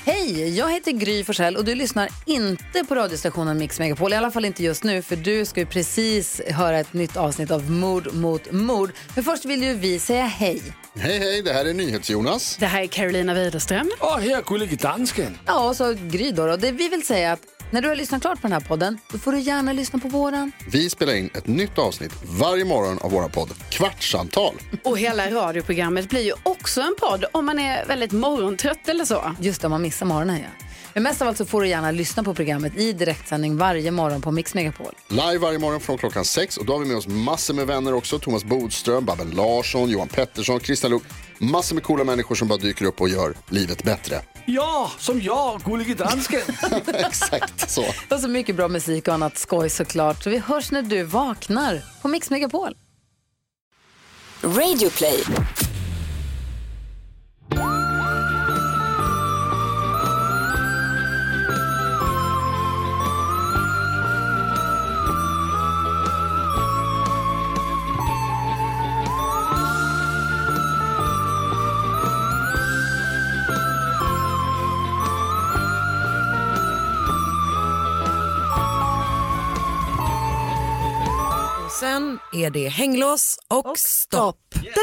Hej, jag heter Gry Forssell och du lyssnar inte på radiostationen Mix Megapol. I alla fall inte just nu, för du ska ju precis höra ett nytt avsnitt av Mord mot mord. Men först vill ju vi säga hej. Hej, det här är NyhetsJonas. Det här är Carolina Widerström. Och här är Gullige Dansken. Ja, och så Gry då. Och det vi vill säga att när du har lyssnat klart på den här podden, då får du gärna lyssna på våran. Vi spelar in ett nytt avsnitt varje morgon av våra podd Kvartsamtal. Och hela radioprogrammet blir ju också en podd om man är väldigt morgontrött eller så. Just det, om man missar morgonen, ja. Men mest av allt så får du gärna lyssna på programmet i direktsändning varje morgon på Mix Megapol. Live varje morgon från klockan 6. Och då har vi med oss massor med vänner också. Thomas Bodström, Babben Larsson, Johan Pettersson, Christian Luuk. Massor med coola människor som bara dyker upp och gör livet bättre. Ja, som jag, Gullige Dansken. Exakt så. Och så mycket bra musik och annat skoj såklart. Så vi hörs när du vaknar på Mix Megapol. Radio Play. Sen är det hänglås och stopp.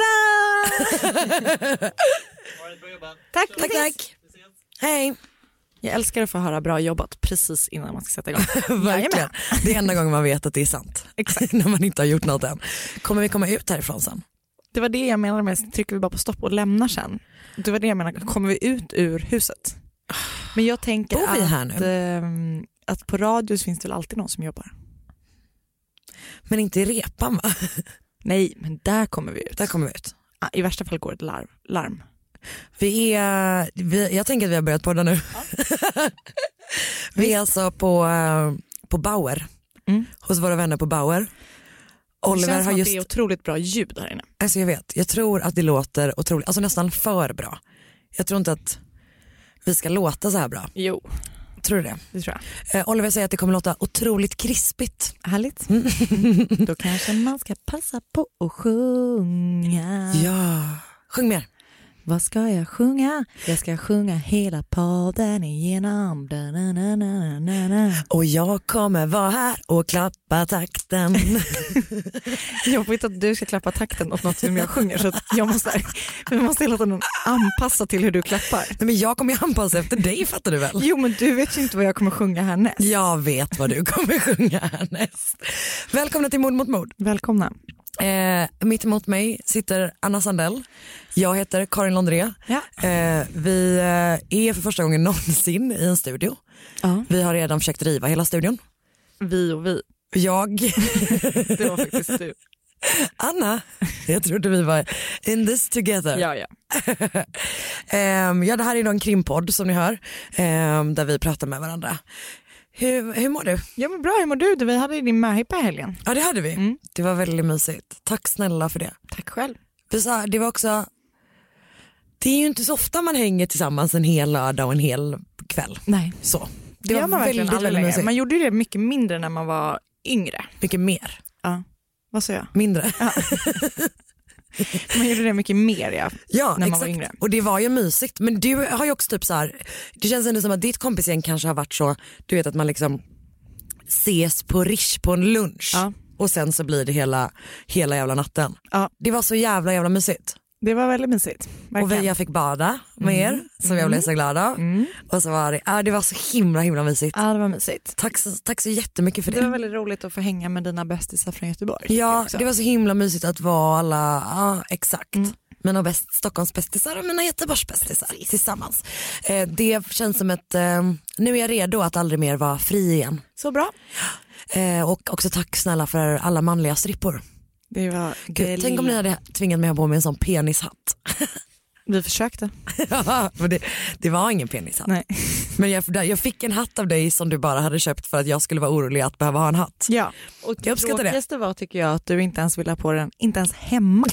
Tack. Hej. Jag älskar att få höra bra jobbat precis innan man ska sätta igång. Verkligen. Det är enda gången man vet att det är sant. Exakt. När man inte har gjort något än. Kommer vi komma ut härifrån sen? Det var det jag menade med, trycker vi bara på stopp och lämnar sen. Det var det jag menade, kommer vi ut ur huset? Men jag tänker Bor vi här nu? Att på radio finns det väl alltid någon som jobbar. Men inte i repan, va? Nej, men där kommer vi ut. Där kommer vi ut. I värsta fall går det larm. Jag tänker att vi har börjat podda nu. Ja. Vi är alltså på Bauer. Hos våra vänner på Bauer. Oliver har just... Det är otroligt bra ljud här inne. Alltså jag vet. Jag tror att det låter otroligt, alltså nästan för bra. Jag tror inte att vi ska låta så här bra. Jo. Tror du det? Det tror jag. Oliver säger att det kommer låta otroligt krispigt. Härligt. Då kanske man ska passa på att sjunga. Ja, sjung mer. Vad ska jag sjunga? Jag ska sjunga hela podden igenom. Och jag kommer vara här och klappa takten. Jag vet att du ska klappa takten åt något som jag sjunger. Så att vi måste hela tiden anpassa till hur du klappar. Nej, men jag kommer ju anpassa efter dig, fattar du väl? Jo, men du vet ju inte vad jag kommer sjunga härnäst. Jag vet vad du kommer sjunga härnäst. Välkomna till Mord mot mord. Välkomna. Mitt emot mig sitter Anna Sandell. Jag heter Karin Londré. Ja. Vi är för första gången någonsin i en studio. Vi har redan försökt riva hela studion. Vi. Jag. Det var faktiskt du. Anna, jag trodde vi var in this together. Ja. Ja, det här är då en krimpodd som ni hör. Där vi pratar med varandra. Hur mår du? Jag mår bra, hur mår du? Vi hade din möhippa i helgen. Ja, det hade vi. Det var väldigt mysigt. Tack snälla för det. Tack själv. Det var också... Det är ju inte så ofta man hänger tillsammans en hel lördag och en hel kväll. Nej. Så. Det var väldigt mysigt. Man gjorde det mycket mindre när man var yngre. Mycket mer. Ja. Vad sa jag? Mindre. Ja. Man gjorde det mycket mer ja, när man exakt. var yngre. Och det var ju mysigt. Men du har ju också typ så här, det känns ändå som att ditt kompisgäng kanske har varit så, du vet att man liksom ses på Rish på en lunch. Ja. Och sen så blir det hela jävla natten. Ja. Det var så jävla mysigt. Det var väldigt mysigt. Verkligen. Och jag fick bada med er, som jag blev så glad av. Och så var det var så himla mysigt. Ja, det var mysigt. Tack så jättemycket för det. Det var väldigt roligt att få hänga med dina bästisar från Göteborg. Ja, det var så himla mysigt att vara alla, exakt. Mina Stockholms bästisar och mina Göteborgs bästisar tillsammans. Det känns som ett, nu är jag redo att aldrig mer vara fri igen. Så bra. Och också tack snälla för alla manliga strippor. Det var tänk om ni hade tvingat mig på med en sån penishatt. Vi försökte. Ja, det var ingen penishatt. Nej. Men jag fick en hatt av dig som du bara hade köpt för att jag skulle vara orolig att behöva ha en hatt. Ja, och det tråkigaste var tycker jag att du inte ens ville ha på den, inte ens hemma.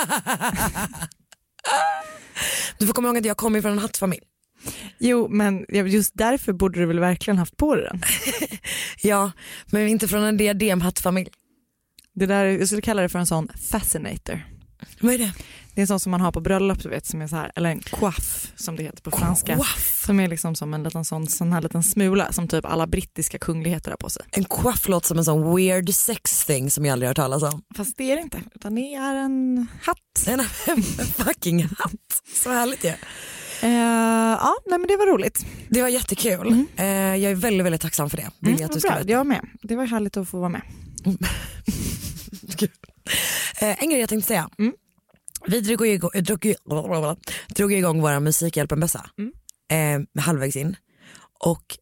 Du får komma ihåg att jag kommer från en hattfamilj. Jo, men just därför borde du väl verkligen haft på den. Ja, men inte från en diademhattfamilj. Det där, jag skulle kalla det för en sån fascinator. Vad är det? Det är en sån som man har på bröllop, du vet, som är så här, eller en coiffe som det heter på franska. Som är liksom som en liten sån här liten smula som typ alla brittiska kungligheter har på sig. En coiffe låter som en sån weird sex thing som jag aldrig har hört talas om. Fast det är det inte, utan det är en hatt. En fucking hatt. Så härligt ju. Ja, nej, men det var roligt. Det var jättekul. Jag är väldigt, väldigt tacksam för det. Vill jag att du ska veta. Jag med. Det var härligt att få vara med. En grej jag tänkte säga. Vi drog igång våra Musikhjälpen-bössa halvvägs in. Och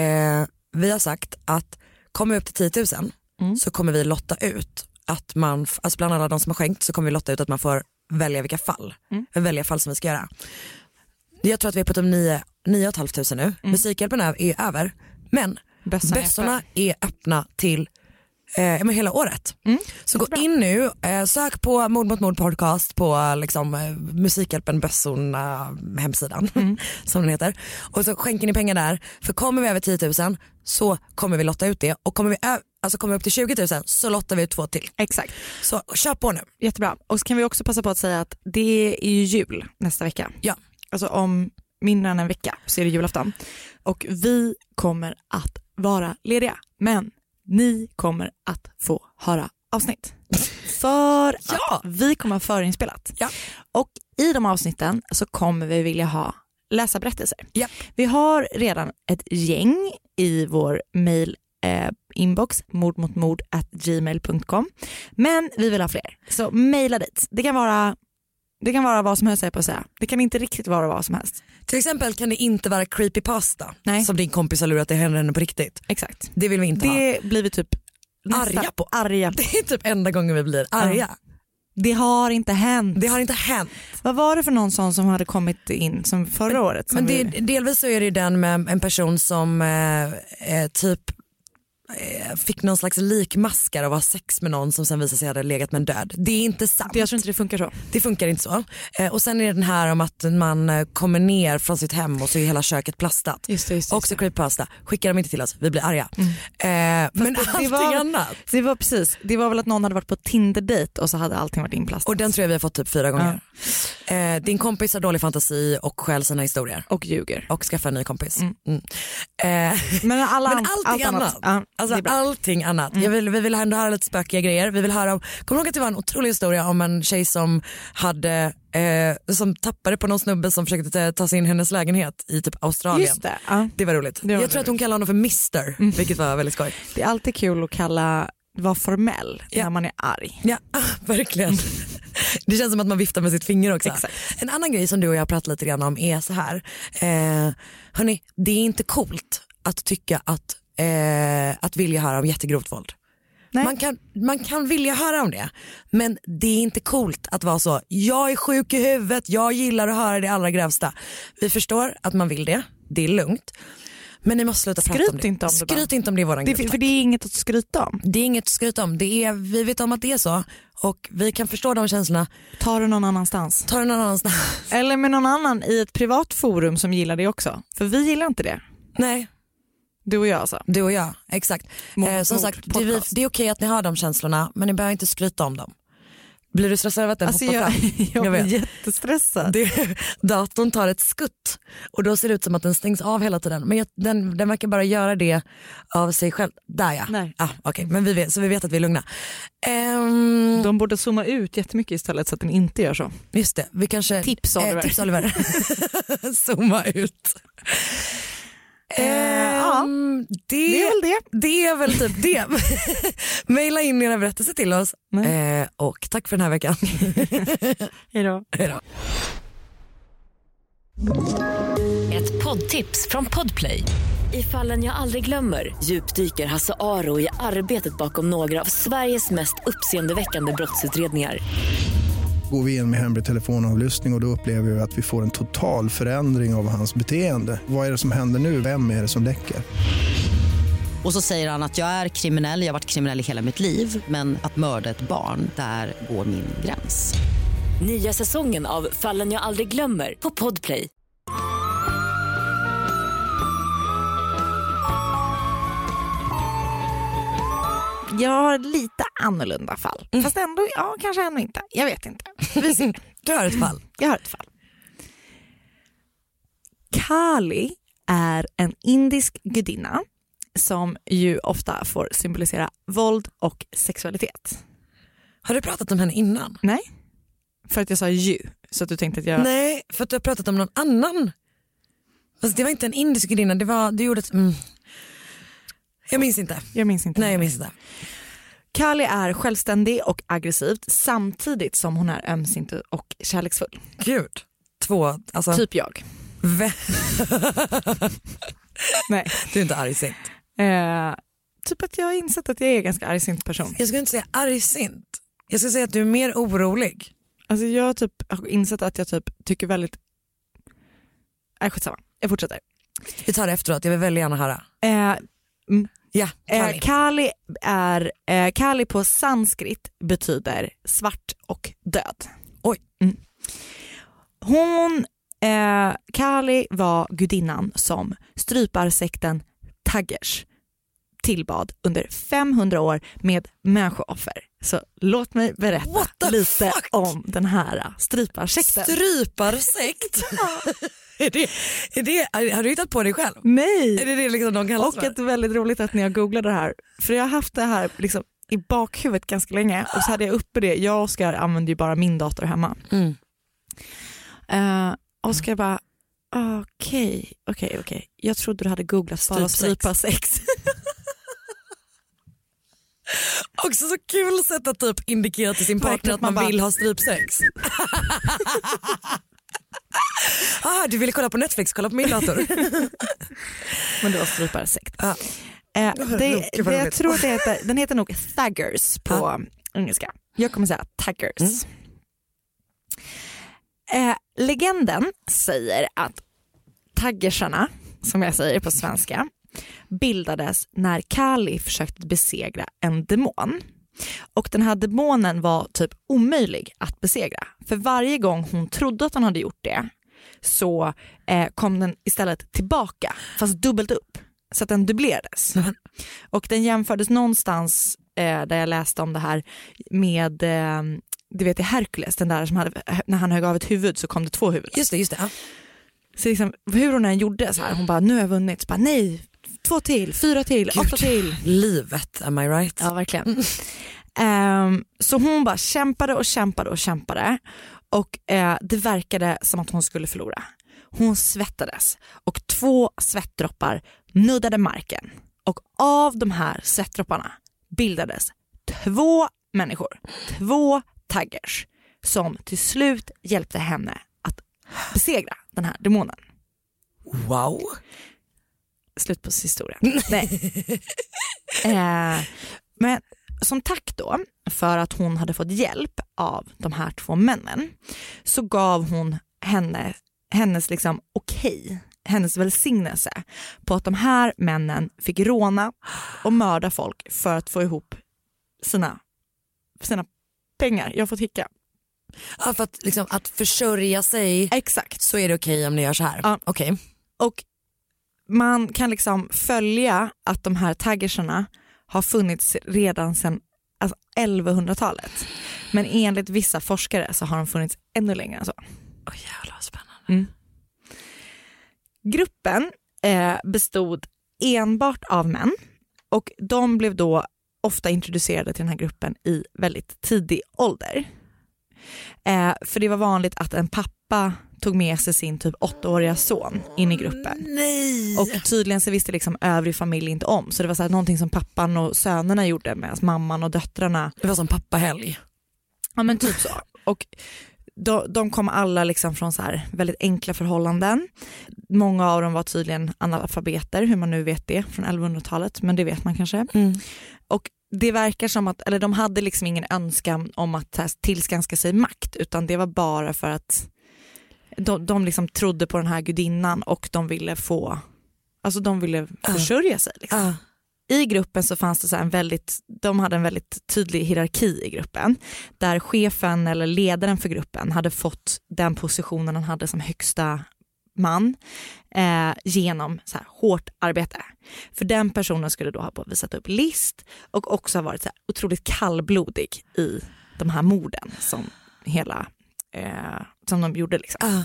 vi har sagt att kommer vi upp till 10 000 så kommer vi lotta ut att man, alltså bland alla de som har skänkt så kommer vi lotta ut att man får välja vilka fall. Välja fall som vi ska göra. Jag tror att vi är på typ 9 500 nu. Musikhjälpen är över. Men bössorna är öppna till hela året. Så gå in nu, sök på Mord mot mord podcast på liksom, Musikhjälpen bössorna hemsidan som den heter. Och så skänker ni pengar där. För kommer vi över 10 000 så kommer vi lotta ut det. Och kommer vi upp till 20 000 så lottar vi ut 2 till. Exakt. Så kör på nu. Jättebra. Och så kan vi också passa på att säga att det är ju jul nästa vecka. Ja. Alltså om mindre än en vecka så är det julafton. Och vi kommer att vara lediga. Men ni kommer att få höra avsnitt. För att vi kommer att ha förinspelat. Ja. Och i de avsnitten så kommer vi vilja ha läsarberättelser. Ja. Vi har redan ett gäng i vår mail inbox mordmotmord@gmail.com. Men vi vill ha fler. Så mejla dit. Det kan vara vad som helst jag på att säga. Det kan inte riktigt vara vad som helst. Till exempel kan det inte vara creepypasta som din kompis har lurat det henne på riktigt. Exakt. Det vill vi inte ha. Det blir vi typ arga på. Det är typ enda gången vi blir arga. Det har inte hänt. Det har inte hänt. Vad var det för någon sån som hade kommit in som förra året? Som men delvis så är det ju den med en person som typ fick någon slags likmaskar och var sex med någon som sen visade sig hade legat med en död. Det är inte sant. Jag tror inte det funkar så. Det funkar inte så. Och sen är det den här om att man kommer ner från sitt hem och så är hela köket plastat. Just. Också creepypasta. Skickar de inte till oss, vi blir arga. Men allting annat. Det var väl att någon hade varit på Tinder-date och så hade allting varit inplastat. Och den tror jag vi har fått typ 4 gånger. Din kompis har dålig fantasi och skäl sina historier. Och ljuger. Och skaffar en ny kompis. Men allting annat. Alltså allting annat. Vi vill ändå höra lite spökiga grejer. Vi vill höra om, kommer du ihåg att det var en otrolig historia om en tjej som hade som tappade på någon snubbe som försökte ta sig in i hennes lägenhet i typ Australien. Just det. Det var roligt. Jag tror att hon kallade honom för Mr. Vilket var väldigt skoj. Det är alltid kul att vara formell när man är arg. Ja, verkligen. Det känns som att man viftar med sitt finger också. Exakt. En annan grej som du och jag har pratat lite grann om är så här. Hörni, det är inte coolt att tycka att vilja höra om jättegrovt våld. Man kan vilja höra om det, men det är inte coolt att vara så, jag är sjuk i huvudet, jag gillar att höra det allra grövsta. Vi förstår att man vill det är lugnt. Men ni måste sluta prata om det. Skryt inte om det i våran grupp. För det är inget att skryta om. Det är inget att skryta om. Vi vet om att det är så. Och vi kan förstå de känslorna. Ta det någon annanstans. Eller med någon annan i ett privat forum som gillar det också. För vi gillar inte det. Nej. Du och jag alltså. Du och jag, exakt. Som sagt, det är okej att ni har de känslorna. Men ni behöver inte skryta om dem. Blir du stressad över att den hoppar fram? Jag blir jättestressad. Datorn tar ett skutt och då ser det ut som att den stängs av hela tiden. Men den verkar bara göra det av sig själv. Där ja. Okej. Men vi vet att vi är lugna. De borde zooma ut jättemycket istället så att den inte gör så. Just det. Vi kanske... Tips Oliver. Zooma ut. Det är väl det. Det är väl typ det. Maila in era berättelser till oss. Och tack för den här veckan. Hejdå. Ett poddtips från Podplay. I Fallen jag aldrig glömmer djupdyker Hasse Aro i arbetet bakom några av Sveriges mest uppseendeväckande brottsutredningar. Går vi in med hemlig telefonavlyssning och då upplever vi att vi får en total förändring av hans beteende. Vad är det som händer nu? Vem är det som läcker? Och så säger han att jag är kriminell, jag har varit kriminell i hela mitt liv. Men att mörda ett barn, där går min gräns. Nya säsongen av Fallen jag aldrig glömmer på Podplay. Jag har lite annorlunda fall. Fast ändå, kanske ändå inte. Jag vet inte. Vi ser. Du har ett fall. Jag har ett fall. Kali är en indisk gudinna som ju ofta får symbolisera våld och sexualitet. Har du pratat om henne innan? Nej, för att jag sa ju. Så att du tänkte att jag... Nej, för att du har pratat om någon annan. Fast det var inte en indisk gudinna, det var, du gjorde ett... Jag minns inte. Nej, jag minns inte. Kali är självständig och aggressiv samtidigt som hon är ömsint och kärleksfull. Gud. Alltså... Typ jag. Nej. Du är inte argsint. Typ att jag har insett att jag är en ganska argsint person. Jag skulle inte säga argsint. Jag ska säga att du är mer orolig. Alltså jag har insett att jag tycker väldigt... skitsamma. Jag fortsätter. Vi tar det efteråt, jag vill väldigt gärna höra. Ja, Kali. Kali på sanskrit betyder svart och död. Oj. Kali var gudinnan som stryparsekten Taggers tillbad under 500 år med människooffer. Så låt mig berätta lite om den här stryparsekten. Stryparsekt? Har du hittat på det själv? Nej. Är det liksom de kallas och för? Att det är väldigt roligt att när jag googlade det här. För jag har haft det här liksom i bakhuvudet ganska länge. Och så hade jag uppe det. Jag och Oskar använde ju bara min dator hemma. Oskar bara okej. Jag trodde du hade googlat bara stryparsex. Också så kul sätt att typ indikera till sin partner att man vill ha strypsex. Du ville kolla på Netflix, kolla på min dator. Men det var stryparsekt. Jag tror att den heter nog Taggers på engelska. Jag kommer säga Taggers. Legenden säger att Taggersarna, som jag säger på svenska, bildades när Kali försökte besegra en demon. Och den här demonen var typ omöjlig att besegra. För varje gång hon trodde att hon hade gjort det så kom den istället tillbaka, fast dubbelt upp. Så att den dubblerades. Och den jämfördes någonstans där jag läste om det här med... du vet i Hercules, den där som hade, när han högg av ett huvud så kom det 2 huvud. Just det. Ja. Så liksom, hur hon än gjorde så här, hon bara, nu har jag vunnit. Så bara, nej, 2 till, 4 till, 8 till. Livet, am I right? Ja, verkligen. Så hon bara kämpade. Och det verkade som att hon skulle förlora. Hon svettades och 2 svettdroppar nuddade marken. Och av de här svettdropparna bildades 2 människor. 2 taggers som till slut hjälpte henne att besegra den här demonen. Wow. Slut på historien. Nej. Men som tack då för att hon hade fått hjälp av de här 2 männen så gav hon hennes liksom hennes välsignelse på att de här männen fick råna och mörda folk för att få ihop sina pengar. Jag har fått hicka. Ja, för att, liksom, att försörja sig. Exakt. Så är det okej om ni gör så här. Ja. Okej. Och man kan liksom följa att de här taggersarna har funnits redan sedan 1100-talet. Men enligt vissa forskare så har de funnits ännu längre än så. Jävlar spännande. Gruppen bestod enbart av män och de blev då ofta introducerade till den här gruppen i väldigt tidig ålder. För det var vanligt att en pappa tog med sig sin typ 8-åriga son in i gruppen. Nej. Och tydligen så visste liksom övrig familj inte om. Så det var så här någonting som pappan och sönerna gjorde medan mamman och döttrarna. Det var som pappahelg. Ja men typ så. Och de kom alla liksom från så här väldigt enkla förhållanden. Många av dem var tydligen analfabeter, hur man nu vet det från 1100-talet, men det vet man kanske. Och det verkar som att, eller de hade liksom ingen önskan om att tillskanska sig makt, utan det var bara för att de liksom trodde på den här gudinnan och de ville försörja sig liksom. I gruppen så fanns det så här de hade en väldigt tydlig hierarki i gruppen där chefen eller ledaren för gruppen hade fått den positionen han hade som högsta man genom så här hårt arbete. För den personen skulle då ha visat upp list och också ha varit så här otroligt kallblodig i de här morden som hela som de gjorde liksom.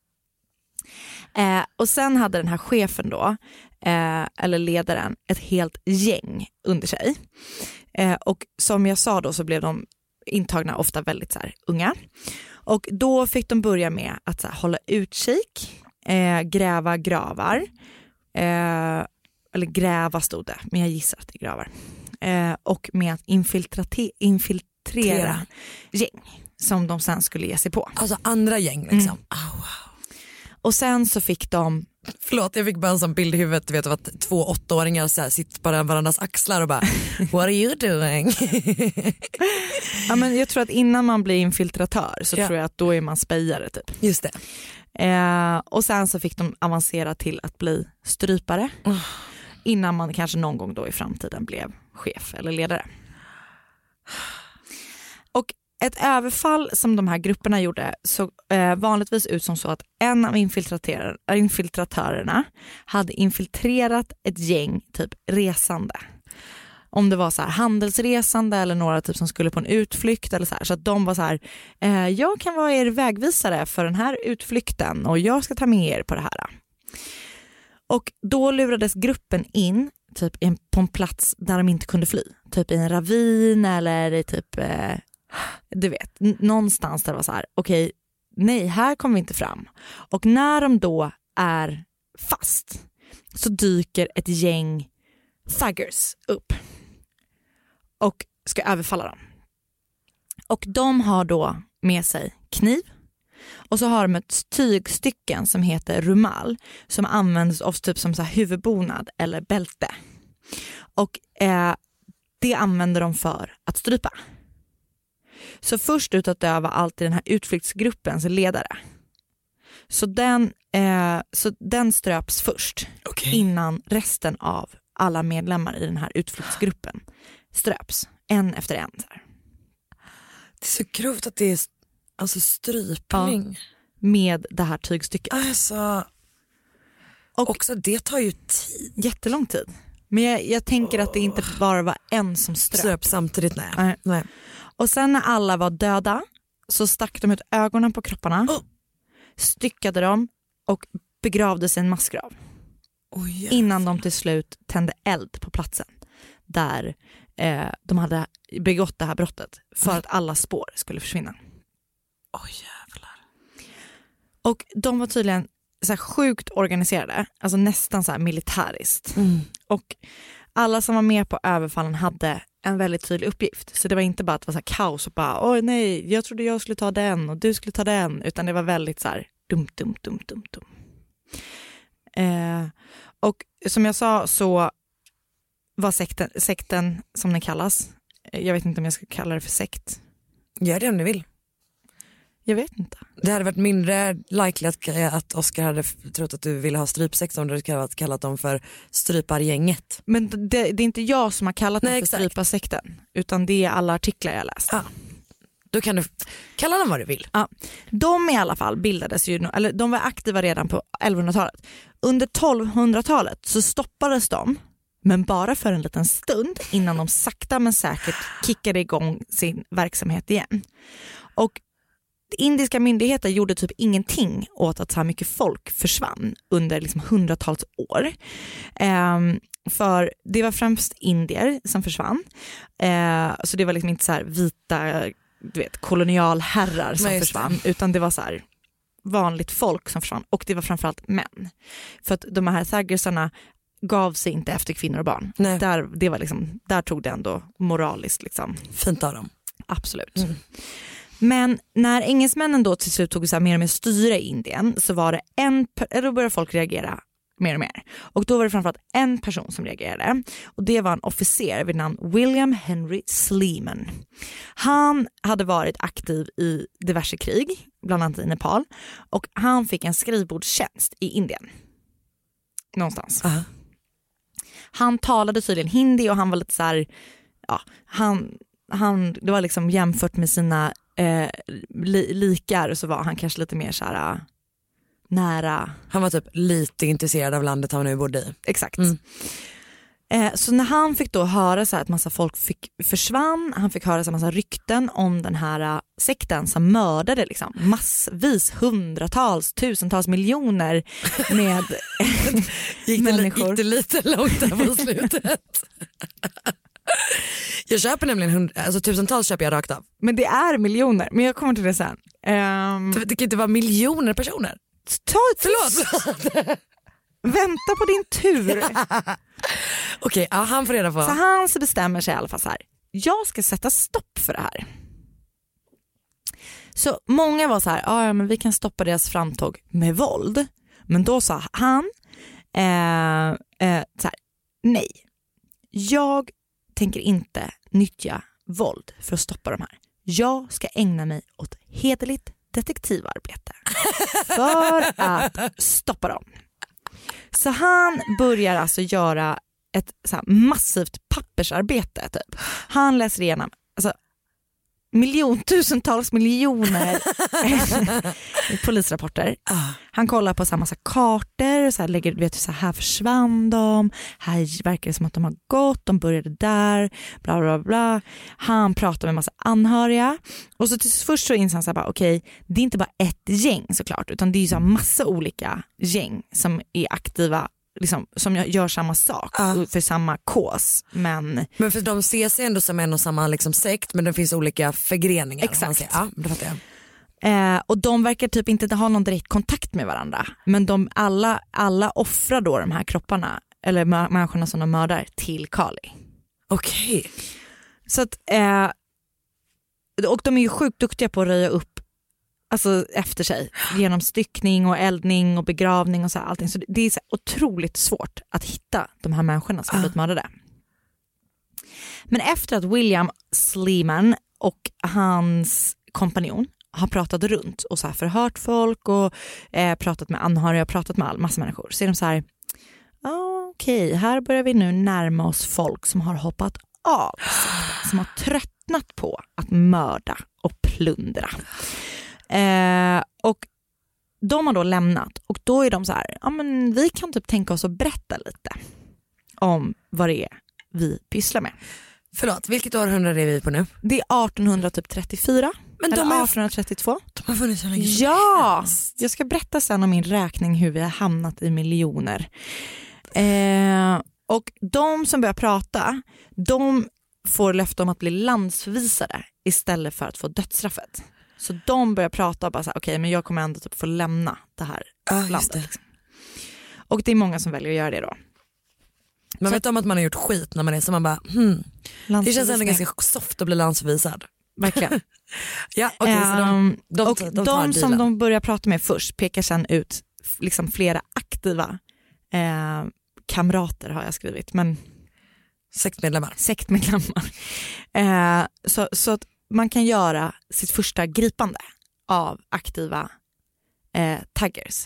Och sen hade den här chefen då, eller ledaren, ett helt gäng under sig. Och som jag sa då så blev de intagna ofta väldigt så här unga. Och då fick de börja med att så här, hålla utkik, gräva gravar. Eller gräva stod det, men jag gissar att det är gravar. Och med att infiltrera gäng som de sen skulle ge sig på. Alltså andra gäng liksom. Wow. Och sen så fick de... Förlåt, jag fick bara en sån bild i huvudet, du vet, av att 2 8-åringar så här, sitter på varandras axlar och bara what are you doing? Ja, men jag tror att innan man blir infiltratör så tror jag att då är man spejare typ. Just det. Och sen så fick de avancera till att bli strypare innan man kanske någon gång då i framtiden blev chef eller ledare. Och ett överfall som de här grupperna gjorde såg vanligtvis ut som så att en av infiltratörerna hade infiltrerat ett gäng typ resande. Om det var så här handelsresande eller några typ som skulle på en utflykt eller så här. Så att de var så här, jag kan vara er vägvisare för den här utflykten och jag ska ta med er på det här. Och då lurades gruppen in typ på en plats där de inte kunde fly. Typ i en ravin eller i typ... du vet, någonstans där det var så här, okej, nej, här kommer vi inte fram. Och när de då är fast så dyker ett gäng thuggers upp och ska överfalla dem. Och de har då med sig kniv och så har de ett tygstycken som heter rumal som används ofta typ som så här huvudbonad eller bälte. Och det använder de för att strypa. Så först ut att döva alltid den här utflyktsgruppens ledare. Så den ströps först innan resten av alla medlemmar i den här utflyktsgruppen ströps. En efter en. Så här. Det är så grovt att det är alltså strypning. Ja, med det här tygstycket. Alltså, och också det tar ju tid. Jättelång tid. Men jag tänker att det inte bara var en som ströp samtidigt. Nej. Och sen när alla var döda så stack de ut ögonen på kropparna, styckade dem och begravde sig i en massgrav. Innan de till slut tände eld på platsen där de hade begått det här brottet för att alla spår skulle försvinna. Jävlar. Och de var tydligen så här sjukt organiserade, alltså nästan så här militäriskt. Och alla som var med på överfallen hade en väldigt tydlig uppgift. Så det var inte bara att det var så här kaos och bara, oj nej, jag trodde jag skulle ta den och du skulle ta den. Utan det var väldigt så här dum. Och som jag sa så var sekten som den kallas. Jag vet inte om jag ska kalla det för sekt. Gör det om ni vill. Jag vet inte. Det hade varit mindre likely att Oscar hade trott att du ville ha strypsex om du hade kallat dem för strypargänget. Men det är inte jag som har kallat dem för stryparsekten, utan det är alla artiklar jag läst. Då kan du kalla dem vad du vill. De i alla fall bildades ju, eller de var aktiva redan på 1100-talet. Under 1200-talet så stoppades de, men bara för en liten stund innan de sakta men säkert kickade igång sin verksamhet igen. Och indiska myndigheter gjorde typ ingenting åt att så här mycket folk försvann under liksom hundratals år. För det var främst indier som försvann. Så det var liksom inte så här vita, du vet, kolonialherrar som försvann, utan det var så här vanligt folk som försvann, och det var framförallt män. För att de här thuggersarna gav sig inte efter kvinnor och barn. Det var liksom, där tog det ändå moraliskt liksom. Fint av dem. Absolut. Men när engelsmännen då till slut tog så här mer och mer styra i Indien, så var det då började folk reagera mer och mer. Och då var det framförallt en person som reagerade, och det var en officer vid namn William Henry Sleeman. Han hade varit aktiv i diverse krig, bland annat i Nepal, och han fick en skrivbordstjänst i Indien. Någonstans. Han talade tydligen hindi, och han var lite så här, det var liksom jämfört med sina likar, så var han kanske lite mer så här nära. Han var typ lite intresserad av landet han nu bodde i. Exakt. Så när han fick då höra så här att massa folk försvann, han fick höra så massa rykten om den här sekten som mördade liksom massvis, hundratals, tusentals miljoner med människor. Gick det lite långt där på slutet? Jag köper nämligen tusentals köper jag rakt av. Men det är miljoner, men jag kommer till det sen. Det kan inte vara miljoner personer. Förlåt. Vänta på din tur. Okej, han får reda på. Så han så bestämmer sig i alla fall så här. Jag ska sätta stopp för det här. Så många var så här, ja men vi kan stoppa deras framtåg med våld. Men då sa han så här, nej. Jag tänker inte nyttja våld för att stoppa de här. Jag ska ägna mig åt hederligt detektivarbete för att stoppa dem. Så han börjar alltså göra ett så här massivt pappersarbete typ. Han läser igenom alltså tusentals miljoner polisrapporter. Han kollar på så här massa kartor så här, lägger, så här försvann de, här verkar det som att de har gått, de började där, bla bla bla. Han pratar med massa anhöriga och så först så inser han så här, okej, det är inte bara ett gäng såklart, utan det är ju så här massa olika gäng som är aktiva liksom, som gör samma sak för samma kås. Men för de ses ändå som en och samma liksom sekt, men det finns olika förgreningar. Exakt. Ja, det fattar jag. Och de verkar typ inte ha någon direkt kontakt med varandra. Men alla offrar då de här kropparna eller människorna som de mördar till Kali. Okej. Så att och de är ju sjukt duktiga på att röja upp alltså efter sig genom styckning och eldning och begravning och så här, allting. Så det är så otroligt svårt att hitta de här människorna som blivit mördade. Men efter att William Sleeman och hans kompanjon har pratat runt och så här förhört folk och pratat med anhöriga och pratat med massa människor, så är de så här, okej, här börjar vi nu närma oss folk som har hoppat av, som har tröttnat på att mörda och plundra. Och de har då lämnat och då är de så här, ja men vi kan typ tänka oss att berätta lite om vad det är vi pysslar med. Förlåt, vilket århundrade är vi på nu? Det är 1834. Men de eller 1832. De har funnits så länge. Ja, jag ska berätta sen om min räkning hur vi har hamnat i miljoner. Och de som börjar prata, de får löfte om att bli landsförvisade istället för att få dödsstraffet. Så de börjar prata och bara så här, okej, men jag kommer ändå typ få lämna det här landet. Det. Och det är många som väljer att göra det då. Man vet om att man har gjort skit när man är så man bara, det känns ändå ganska soft att bli landsförvisad. Verkligen. Ja, okay, så de som de börjar prata med först pekar sen ut liksom flera aktiva kamrater har jag skrivit, men sektmedlemmar. Så att man kan göra sitt första gripande av aktiva thuggers.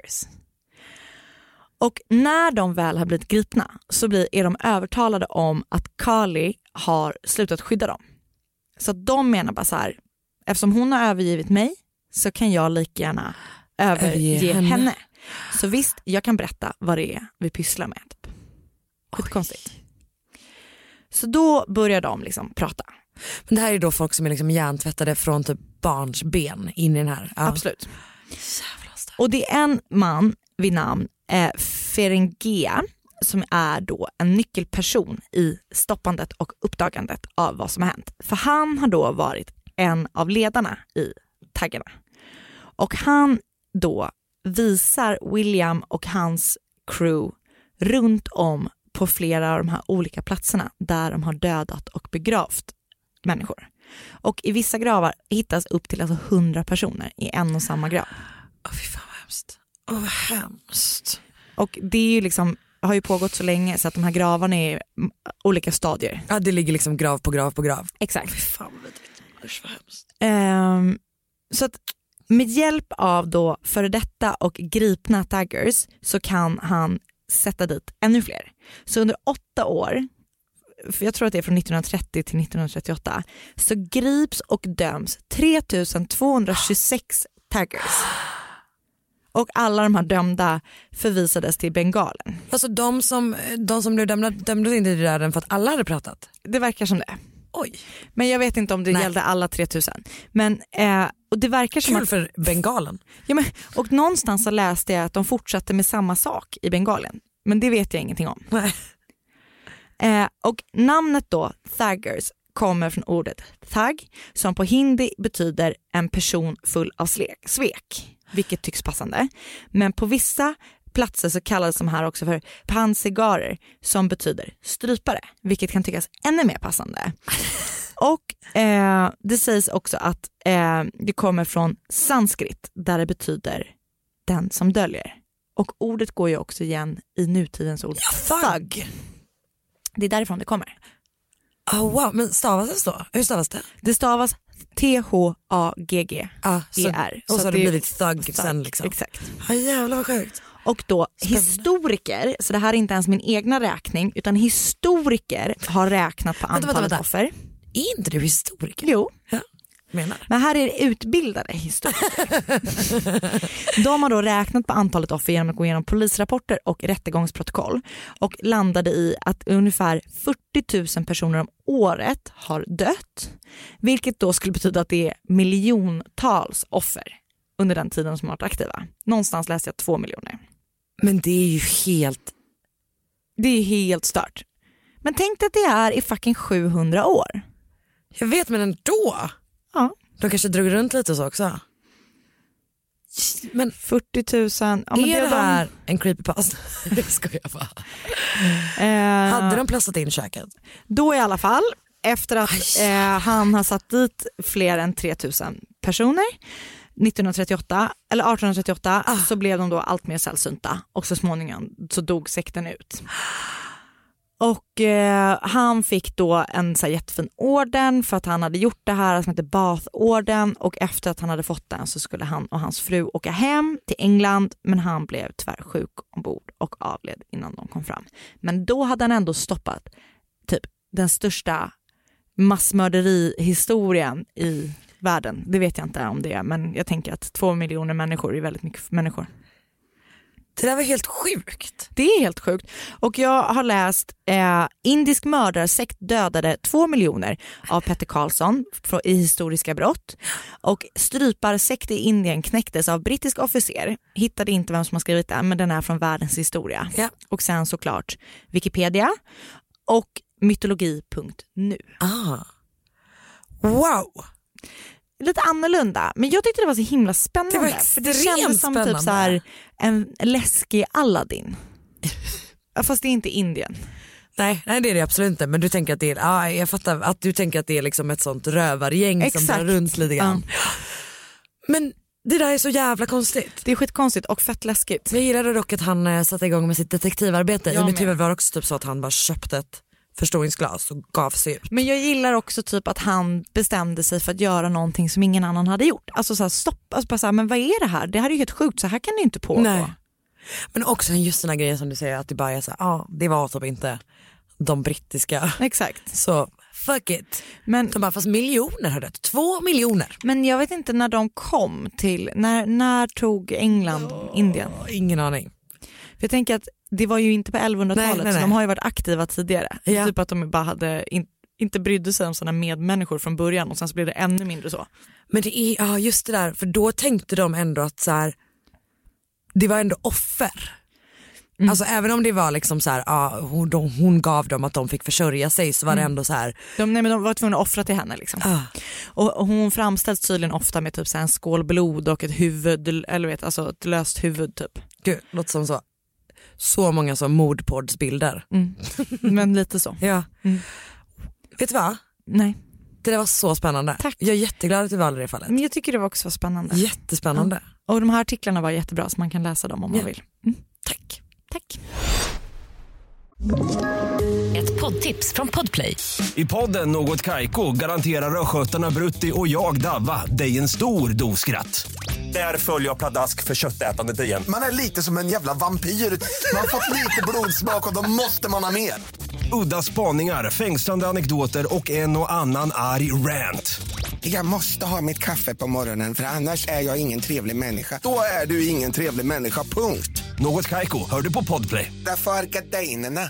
Och när de väl har blivit gripna så är de övertalade om att Kali har slutat skydda dem. Så de menar bara så här, eftersom hon har övergivit mig så kan jag lika gärna överge henne. Så visst, jag kan berätta vad det är vi pysslar med. Typ. Skitkonstigt. Så då börjar de liksom prata. Men det här är då folk som är liksom hjärntvättade från typ barns ben in i den här. Ja. Absolut. Och det är en man vid namn Ferengea som är då en nyckelperson i stoppandet och uppdagandet av vad som har hänt. För han har då varit en av ledarna i taggarna. Och han då visar William och hans crew runt om på flera av de här olika platserna där de har dödat och begravt människor. Och i vissa gravar hittas upp till 100 personer i en och samma grav. Fy fan vad hemskt. Vad hemskt. Och det är ju liksom, har ju pågått så länge så att de här gravarna är olika stadier. Ja, det ligger liksom grav på grav på grav. Exakt. Fy fan vad hemskt. Så att med hjälp av då före detta och gripna taggers så kan han sätta dit ännu fler. Så under 8 år, för jag tror att det är från 1930 till 1938, så grips och döms 3226 taggers. Och alla de här dömda förvisades till Bengalen. Alltså de som blev dömdes inte i döden för att alla hade pratat? Det verkar som det. Oj. Men jag vet inte om det gällde alla 3000. Men och det verkar som kul för Bengalen. Ja, men, och någonstans så läste jag att de fortsatte med samma sak i Bengalen. Men det vet jag ingenting om. Nej. Och namnet då, Thaggers, kommer från ordet thag, som på hindi betyder en person full av svek, vilket tycks passande. Men på vissa platser så kallas de här också för pansigarer, som betyder strypare, vilket kan tyckas ännu mer passande. Och det sägs också att det kommer från sanskrit, där det betyder den som döljer. Och ordet går ju också igen i nutidens ord thug. Det är därifrån det kommer. Oh, wow, men stavas det så? Hur stavas det? Det stavas T-H-A-G-G-E-R. Och så har det blivit thug sen liksom. Exakt. Ja, jävlar vad sjukt. Och då historiker, så det här är inte ens min egna räkning, utan historiker har räknat på antalet offer. Är inte du historiker? Jo. Ja. Menar. Men här är det utbildade historiker. De har då räknat på antalet offer genom att gå igenom polisrapporter och rättegångsprotokoll och landade i att ungefär 40 000 personer om året har dött, vilket då skulle betyda att det är miljontals offer under den tiden som har varit aktiva. Någonstans läste jag 2 miljoner. Men det är ju helt stört. Men tänk dig att det är i fucking 700 år. Jag vet, men ändå. Ja. De kanske drog runt lite så också. Men 40 000. Ja, men är det här en creepypasta? Det ska jag bara. Hade de plåsat in köket? Då i alla fall, efter att han har satt dit fler än 3 000 personer 1838 så blev de då allt mer sällsynta och så småningom så dog sekten ut. Och han fick då en så här jättefin orden för att han hade gjort det här som heter Bath-orden, och efter att han hade fått den så skulle han och hans fru åka hem till England, men han blev tyvärr sjuk ombord och avled innan de kom fram. Men då hade han ändå stoppat typ den största massmörderihistorien i världen. Det vet jag inte om det är, men jag tänker att 2 miljoner människor är väldigt mycket människor. Det där var helt sjukt. Det är helt sjukt. Och jag har läst indisk mördarsekt dödade 2 miljoner av Petter Karlsson i historiska brott. Och stryparsekt i Indien knäcktes av brittisk officer. Hittade inte vem som har skrivit det, men den är från världens historia. Ja. Och sen såklart Wikipedia och mytologi.nu. Wow. Lite annorlunda, men jag tyckte det var så himla spännande. Det var det kändes som typ så här en läskig Aladdin. Fast det är inte Indien. Nej, det är det absolut inte. Men du tänker att det är, jag fattar att du tänker att det är liksom ett sånt rövargäng. Exakt. Som drar runt lite grann. Men det där är så jävla konstigt. Det är skitkonstigt och fett läskigt. Jag gillade dock att han satte igång med sitt detektivarbete. I mitt huvud var det också typ så att han bara köpte ett förstoringsglas och gav sig ut. Men jag gillar också typ att han bestämde sig för att göra någonting som ingen annan hade gjort. Alltså så här, stopp, alltså bara så här, men vad är det här? Det här är ju helt sjukt, så här kan det inte pågå. Nej. Men också just den här grejen som du säger, att det bara är så här, det var typ inte de brittiska. Exakt. Så fuck it. Men de bara, fast miljoner har dött. 2 miljoner. Men jag vet inte när de kom till, när tog England Indien? Ingen aning. För jag tänker att det var ju inte på 1100-talet, nej. Så de har ju varit aktiva tidigare. Ja. Typ att de bara hade inte brydde sig om sådana medmänniskor från början, och sen så blev det ännu mindre så. Men det är just det där, för då tänkte de ändå att så här, det var ändå offer. Alltså även om det var liksom så här, hon gav dem att de fick försörja sig, så var det ändå så här. Men de var tvungna att offra till henne liksom. Och hon framställs tydligen ofta med typ så här en skål blod och ett huvud, eller alltså ett löst huvud typ. Gud, låter som så många som mordpodsbilder. Men lite så. Ja. Vet du vad? Nej. Det där var så spännande. Tack. Jag är jätteglad att du valde det fallet. Men jag tycker det var också spännande. Jättespännande. Ja. Och de här artiklarna var jättebra, så man kan läsa dem om man vill. Tack. Ett poddtips från Podplay. I podden Något Kaiko garanterar skötarna Brutti och jag Davva dig en stor doskratt. Där följer jag pladask för köttätandet igen. Man är lite som en jävla vampyr. Man har fått lite blodsmak och då måste man ha mer. Udda spaningar, fängslande anekdoter och en och annan arg rant. Jag måste ha mitt kaffe på morgonen för annars är jag ingen trevlig människa. Då är du ingen trevlig människa, punkt. Något Kaiko, hör du på Podplay. Därför är gardinerna.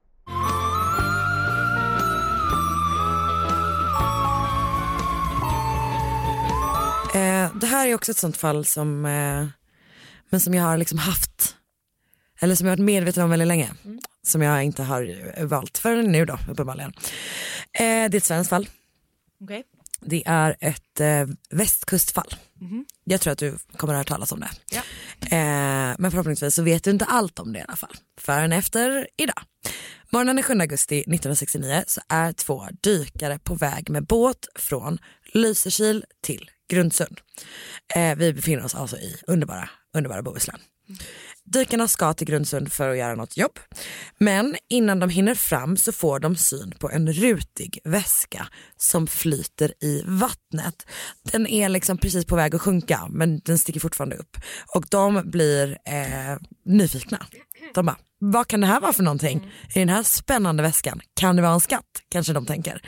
Det här är också ett sånt fall som, men som jag har liksom haft, eller som jag har varit medveten om väldigt länge. Som jag inte har valt för nu då, uppenbarligen. Det är ett svenskt fall. Okay. Det är ett västkustfall. Jag tror att du kommer att höra talas om det. Ja. Men förhoppningsvis så vet du inte allt om det i alla fall. Förrän efter idag. Morgonen den 7 augusti 1969 så är 2 dykare på väg med båt från Lysekil till Grundsund. Vi befinner oss alltså i underbara Bohuslän. Dykarna ska till Grundsund för att göra något jobb. Men innan de hinner fram så får de syn på en rutig väska som flyter i vattnet. Den är liksom precis på väg att sjunka, men den sticker fortfarande upp. Och de blir nyfikna. De bara, vad kan det här vara för någonting? I den här spännande väskan, kan det vara en skatt? Kanske de tänker.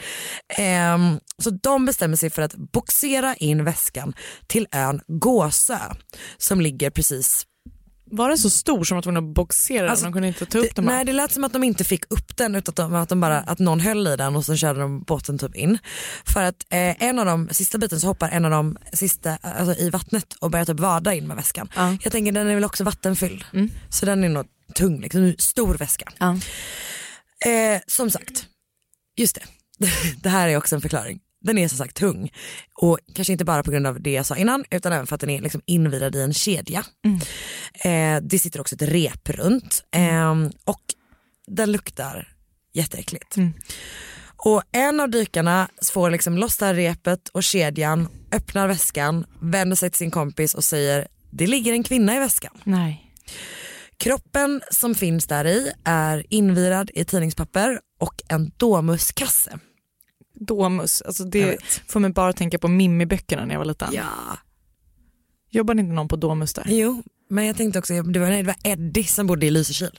Så de bestämmer sig för att boxera in väskan till ön Gåsö som ligger precis. Var den så stor som att de boxerade? Alltså, de kunde inte ta upp den? Nej, det lät som att de inte fick upp den utan att de bara, att någon höll i den och så körde de båten typ in. För att en av de sista biten så hoppar en av de sista alltså, i vattnet och börjar typ vada in med väskan. Jag tänker den är väl också vattenfylld. Så den är nog tung, liksom, stor väska. Som sagt, just det. Det här är också en förklaring. Den är som sagt tung och kanske inte bara på grund av det jag sa innan utan även för att den är liksom invirad i en kedja. Det sitter också ett rep runt och den luktar jätteäckligt. Och en av dykarna får liksom loss det här repet och kedjan, öppnar väskan, vänder sig till sin kompis och säger, det ligger en kvinna i väskan. Nej. Kroppen som finns där i är invirad i tidningspapper och en Domuskasse. Domus, alltså det får mig bara tänka på Mimmi-böckerna när jag var liten. Ja. Jobbade inte någon på Domus där? Jo, men jag tänkte också, det var Eddie som bodde i Lysekil.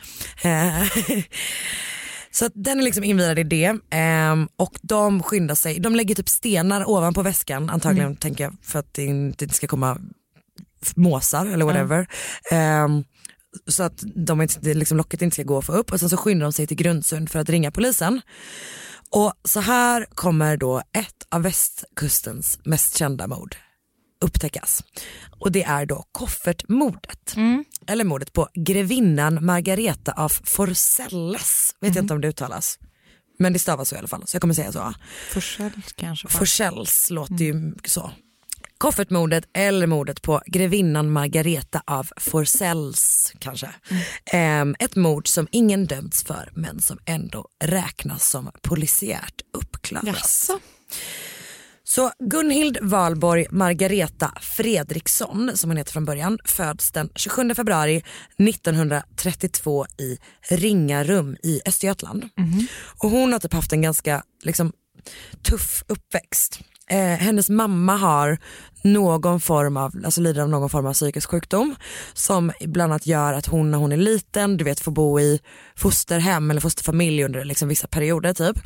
Så att den är liksom invirad i det och de skyndar sig, de lägger typ stenar ovanpå väskan antagligen tänker jag för att det inte ska komma måsar eller whatever. Så att liksom locket inte ska gå att få upp och sen så skyndar de sig till Grundsund för att ringa polisen. Och så här kommer då ett av västkustens mest kända mord upptäckas. Och det är då koffertmordet. Eller mordet på grevinnan Margareta av Forselles. Vet jag inte om det uttalas. Men det stavas så i alla fall. Så jag kommer säga så. Forselles kanske. Forselles låter ju så. Koffertmordet eller mordet på grevinnan Margareta av Forselles kanske. Ett mord som ingen dömts för men som ändå räknas som polisiärt uppklarat. Jaså. Så Gunhild Valborg Margareta Fredriksson, som hon heter från början, föds den 27 februari 1932 i Ringarum i Östergötland. Och hon har typ haft en ganska liksom, tuff uppväxt. Hennes mamma har någon form av, alltså lider av någon form av psykisk sjukdom som bland annat gör att hon när hon är liten, du vet, får bo i fosterhem eller fosterfamilj under liksom vissa perioder typ.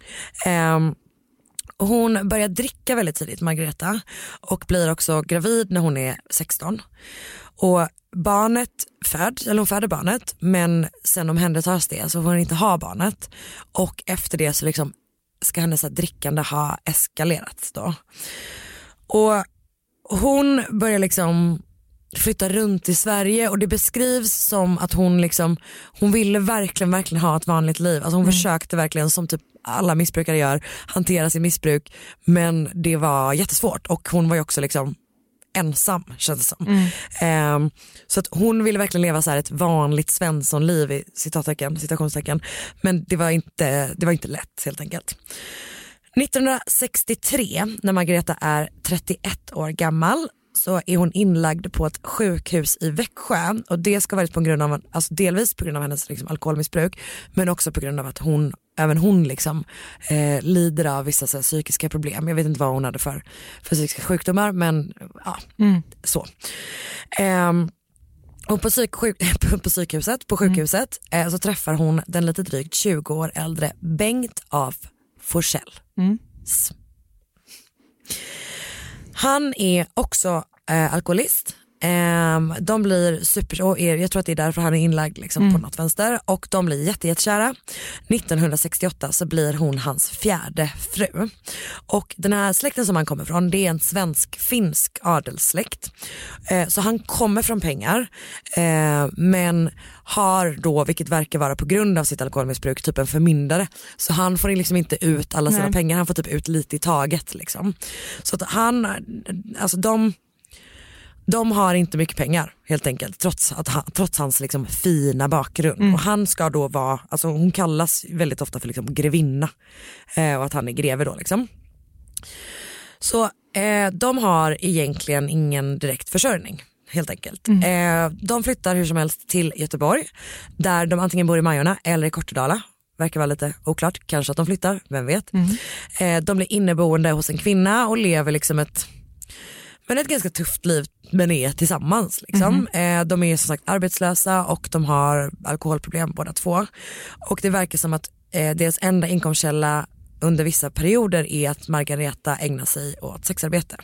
Och hon börjar dricka väldigt tidigt, Margareta, och blir också gravid när hon är 16. Och barnet hon föder barnet, men sen omhändertas det så får hon inte ha barnet. Och efter det så liksom ska hennes drickande ha eskalerat då. Och hon börjar liksom flytta runt i Sverige och det beskrivs som att hon liksom, hon ville verkligen ha ett vanligt liv. Alltså hon försökte verkligen, som typ alla missbrukare gör, hantera sin missbruk, men det var jättesvårt och hon var ju också liksom ensam, känns det som. Så att hon ville verkligen leva så här ett vanligt Svenssonliv i citationstecken, men det var inte lätt helt enkelt. 1963 när Margareta är 31 år gammal så är hon inlagd på ett sjukhus i Växjö och det ska vara på grund av, alltså delvis på grund av hennes liksom alkoholmissbruk men också på grund av att även hon liksom lider av vissa så här, psykiska problem. Jag vet inte vad hon hade för psykiska sjukdomar men ja, så. Och på sjukhuset så träffar hon den lite drygt 20 år äldre Bengt af Forsell. Han är också alkoholist. De blir jag tror att det är därför han är inlagd liksom, på något vänster. Och de blir jättekära. 1968 så blir hon hans 4:e fru. Och den här släkten som han kommer från, det är en svensk-finsk adelssläkt. Så han kommer från pengar, men har då, vilket verkar vara på grund av sitt alkoholmissbruk, typ en förmyndare. Så han får liksom inte ut alla sina pengar, han får typ ut lite i taget liksom. Så att han, alltså de har inte mycket pengar helt enkelt, trots hans liksom fina bakgrund. Och han ska då vara, alltså hon kallas väldigt ofta för liksom grevinna, och att han är greve då liksom. Så de har egentligen ingen direkt försörjning helt enkelt. De flyttar hur som helst till Göteborg, där de antingen bor i Majorna eller i Kortedala. Verkar vara lite oklart, kanske att de flyttar, vem vet. De blir inneboende hos en kvinna och lever liksom ett ganska tufft liv, men är tillsammans liksom. De är som sagt arbetslösa och de har alkoholproblem båda två. Och det verkar som att deras enda inkomstkälla under vissa perioder är att Margareta ägnar sig åt sexarbete.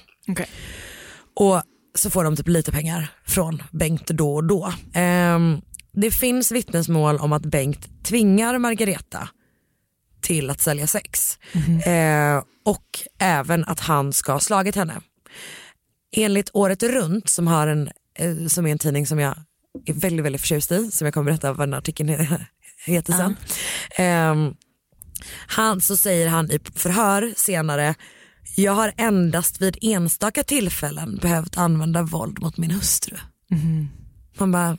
Och så får de typ lite pengar från Bengt då och då. Det finns vittnesmål om att Bengt tvingar Margareta till att sälja sex. Och även att han ska ha slagit henne. Enligt Året Runt, som är en tidning som jag är väldigt, väldigt förtjust i, som jag kommer berätta vad den artikeln heter sen. Så säger han i förhör senare: jag har endast vid enstaka tillfällen behövt använda våld mot min hustru. Man bara...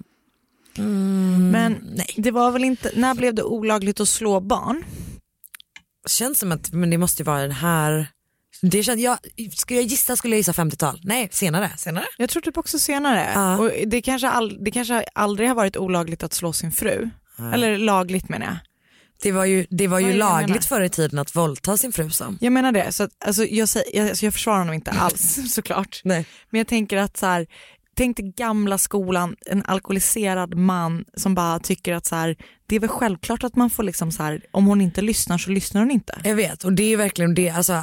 Men nej. Det var väl inte, när blev det olagligt att slå barn? Känns som att, men det måste ju vara den här... Skulle jag gissa 50-tal. Nej, senare. Jag tror typ också senare. Och det kanske aldrig har varit olagligt att slå sin fru. Eller lagligt menar jag. Det var ju lagligt förr i tiden att våldta sin fru som. Jag menar det. Så att, alltså, jag försvarar honom inte alls såklart. Nej. Men jag tänker att så här, tänk dig gamla skolan, en alkoholiserad man som bara tycker att så här, det är väl självklart att man får liksom så här, om hon inte lyssnar så lyssnar hon inte. Jag vet, och det är verkligen det, alltså,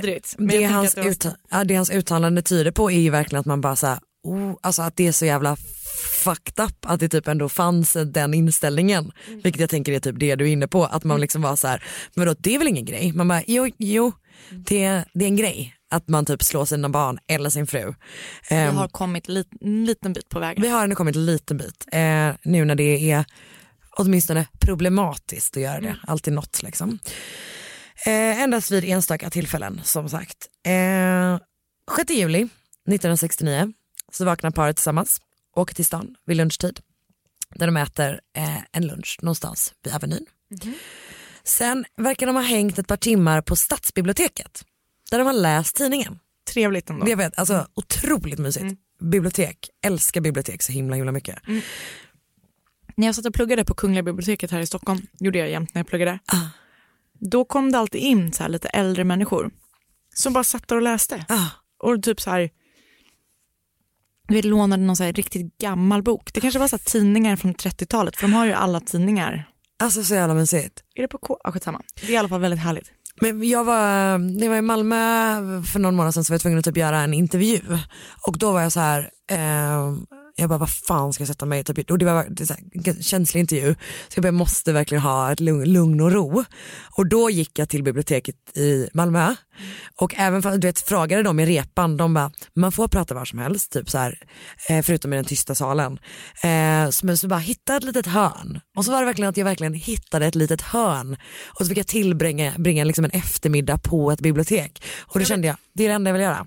det hans uttalande tyder på är ju verkligen att man bara så här, alltså att det är så jävla fucked up att det typ ändå fanns den inställningen, vilket jag tänker är typ det du är inne på, att man liksom var så här, men då, det är väl ingen grej. Man bara, jo det är en grej att man typ slår sina barn eller sin fru. Vi har kommit en liten bit på vägen. Vi har ändå kommit en liten bit. Nu när det är åtminstone problematiskt att göra det. Alltid något liksom. Endast vid enstaka tillfällen, som sagt. 6 juli 1969 så vaknar paret tillsammans, åker till stan vid lunchtid, där de äter en lunch någonstans vid Avenyn. Sen verkar de ha hängt ett par timmar på Stadsbiblioteket, där de har läst tidningen. Trevligt ändå. Jag vet, alltså otroligt mysigt. Bibliotek, älskar bibliotek så himla mycket. När jag satt och pluggade på Kungliga biblioteket här i Stockholm, gjorde jag jämt när jag pluggade. Då kom det alltid in så här lite äldre människor som bara satt och läste. Och typ så här, vi lånade någon så här riktigt gammal bok. Det kanske var så här tidningar från 30-talet, för de har ju alla tidningar. Alltså så jävla mysigt. Är det på skitsamma. Det är i alla fall väldigt härligt. Men jag var i Malmö för någon månad sedan, så var jag tvungen att typ göra en intervju. Och då var jag så här, jag bara, vad fan ska jag sätta mig typ, och det var så här, känslig intervju, så jag måste verkligen ha ett lugn och ro. Och då gick jag till biblioteket i Malmö, och även för, du vet, frågade de i repan, de bara, man får prata var som helst typ så här, förutom i den tysta salen. Så bara hitta ett litet hörn, och så var det verkligen att jag verkligen hittade ett litet hörn, och så fick jag tillbringa liksom en eftermiddag på ett bibliotek, och då kände jag, det är det enda jag vill göra.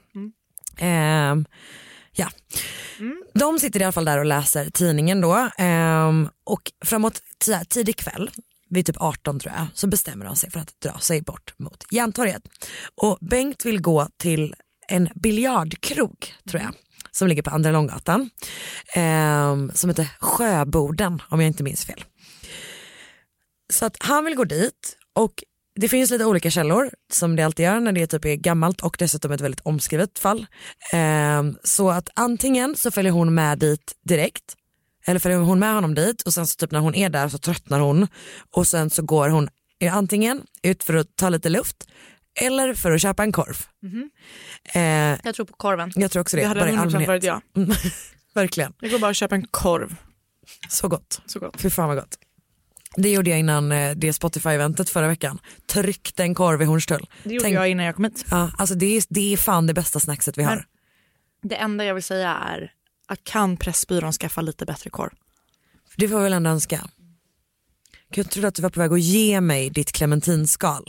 Ja. De sitter i alla fall där och läser tidningen då, och framåt tidig kväll vid typ 18 tror jag, så bestämmer de sig för att dra sig bort mot Järntorget. Och Bengt vill gå till en biljardkrog tror jag, som ligger på Andra Långgatan, som heter Sjöborden om jag inte minns fel. Så att han vill gå dit, och det finns lite olika källor som det alltid gör när det typ är gammalt och dessutom ett väldigt omskrivet fall. Så att antingen så följer hon med dit direkt, eller följer hon med honom dit, och sen så typ när hon är där så tröttnar hon, och sen så går hon antingen ut för att ta lite luft, eller för att köpa en korv. Jag tror på korven. Jag tror också det. Det hade 100% varit jag. Verkligen. Jag går bara och köpa en korv. Så gott. Så gott. Fy fan vad gott. Det gjorde jag innan det Spotify-eventet förra veckan. Tryckte en korv i Hornstull. Det gjorde jag innan jag kom hit. Ja, alltså det är fan det bästa snackset vi har. Det enda jag vill säga är att kan Pressbyrån skaffa lite bättre korv? Det får jag väl ändå önska. Jag trodde att du var på väg att ge mig ditt clementinskal.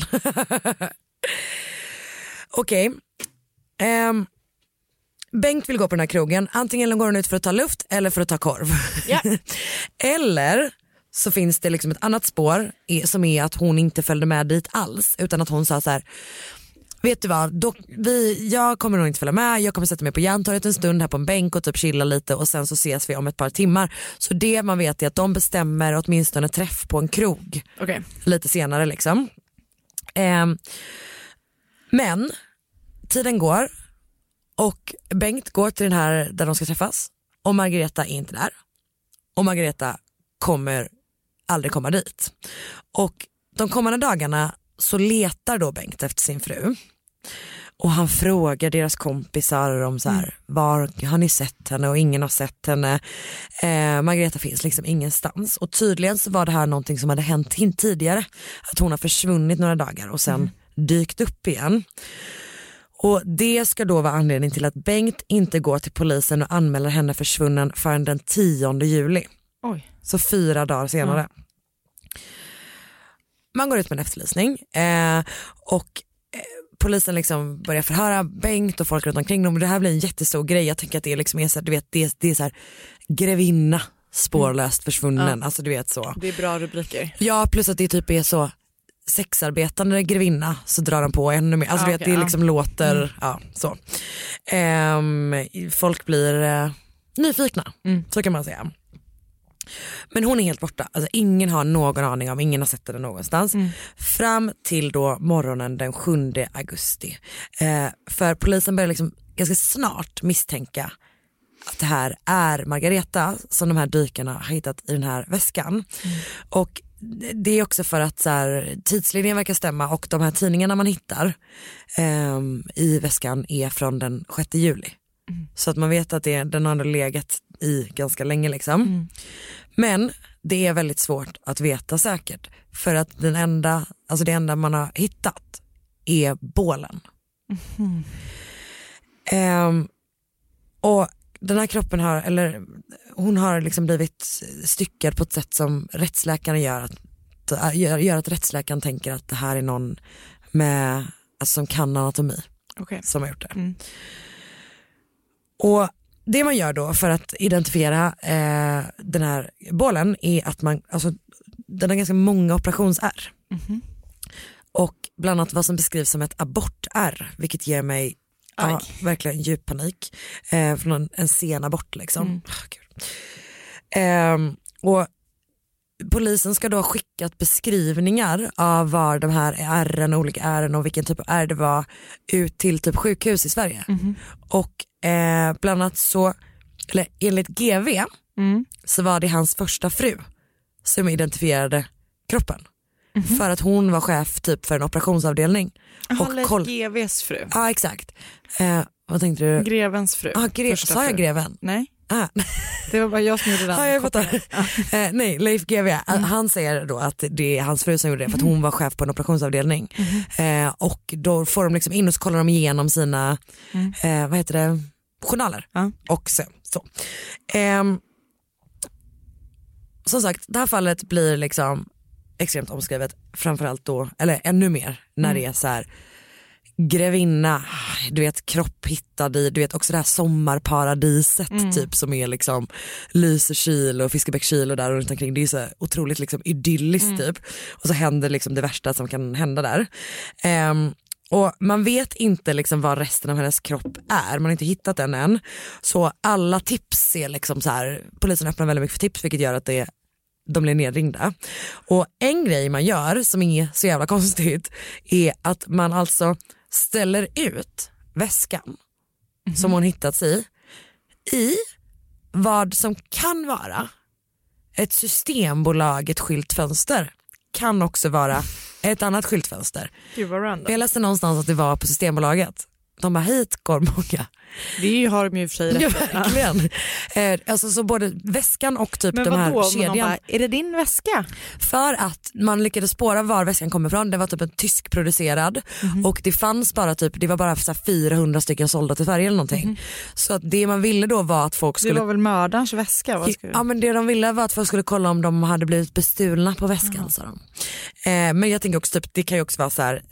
Okej. Bengt vill gå på den här krogen. Antingen går hon ut för att ta luft eller för att ta korv. Yeah. Eller så finns det liksom ett annat spår som är att hon inte följde med dit alls. Utan att hon sa så här: vet du vad, jag kommer nog inte följa med. Jag kommer sätta mig på Järntorget en stund här på en bänk och typ chilla lite. Och sen så ses vi om ett par timmar. Så det man vet är att de bestämmer åtminstone träff på en krog. Okay. Lite senare liksom. Men tiden går. Och Bengt går till den här där de ska träffas. Och Margareta är inte där. Och Margareta kommer aldrig komma dit. Och de kommande dagarna så letar då Bengt efter sin fru. Och han frågar deras kompisar om så här, var har ni sett henne? Och ingen har sett henne. Margareta finns liksom ingenstans. Och tydligen så var det här någonting som hade hänt tidigare. Att hon har försvunnit några dagar och sen dykt upp igen. Och det ska då vara anledning till att Bengt inte går till polisen och anmäler henne försvunnen förrän den 10 juli. Oj. Så 4 dagar senare. Man går ut med en efterlysning och polisen liksom börjar förhöra Bengt och folk runt omkring dem. Och det här blir en jättestor grej. Jag tänker att det liksom är så här, du vet, det är så här grevinna spårlöst försvunnen. Ja. Alltså du vet så. Det är bra rubriker. Ja, plus att det typ är så sexarbetande grevinna så drar de på ännu mer. Alltså det liksom låter så. Folk blir nyfikna, så kan man säga. Men hon är helt borta. Alltså ingen har någon aning om, ingen har sett henne någonstans. Fram till då morgonen den 7 augusti. För polisen börjar liksom ganska snart misstänka att det här är Margareta som de här dykarna har hittat i den här väskan. Och det är också för att så här, tidslinjen verkar stämma och de här tidningarna man hittar i väskan är från den 6 juli. Så att man vet att den har legat i ganska länge liksom. Men det är väldigt svårt att veta säkert för att det enda man har hittat är bålen. Och den här kroppen hon har liksom blivit styckad på ett sätt som rättsläkaren gör att rättsläkaren tänker att det här är någon med, alltså, som kan anatomi som har gjort det. Och det man gör då för att identifiera den här bålen är att den har ganska många operationsärr. Och bland annat vad som beskrivs som ett abortärr, vilket ger mig verkligen djup panik. Från en sen abort liksom. Och polisen ska då ha skickat beskrivningar av var de här ärren, olika ärren och vilken typ av ärr det var ut till typ sjukhus i Sverige. Och bland annat så, eller enligt GV så var det hans första fru som identifierade kroppen. För att hon var chef typ för en operationsavdelning. Och GVs fru. Ja, exakt. Vad tänkte du? Grevens fru. Sa jag greven? Nej. Det var bara jag som gjorde den. Ja, jag fattar. Nej, Leif GV, han säger då att det är hans fru som gjorde det för att hon var chef på en operationsavdelning. Och då får de liksom in och så kollar de igenom sina journaler. Och så. Som sagt, det här fallet blir liksom extremt omskrivet, framförallt då, eller ännu mer när det är så här grevinna, du vet, kropp hittad i, du vet också det här sommarparadiset typ som är liksom Lysekil och Fiskebäckskil och där runt omkring. Det är så otroligt liksom idylliskt typ. Och så händer liksom det värsta som kan hända där. Och man vet inte liksom vad resten av hennes kropp är. Man har inte hittat den än. Så alla tips är liksom så här, polisen öppnar väldigt mycket för tips, vilket gör att de blir nedringda. Och en grej man gör som är så jävla konstigt är att man alltså ställer ut väskan som hon hittats i vad som kan vara ett systembolag, ett skilt fönster. Kan också vara ett annat skyltfönster. Gud vad random. Jag läste någonstans att det var på Systembolaget. De bara, hit går många. Det har de ju för sig rätt. Ja, verkligen. Alltså så både väskan och typ men de här vadå, kedjan. bara, är det din väska? För att man lyckades spåra var väskan kommer ifrån. Det var typ en tysk producerad och det fanns bara typ, det var bara så 400 stycken sålda till Sverige eller någonting. Så att det man ville då var att folk skulle... Det var väl mördarens väska? Vad skulle... Ja men det de ville var att folk skulle kolla om de hade blivit bestulna på väskan, sa de. Men jag tänker också typ, det kan ju också vara så här,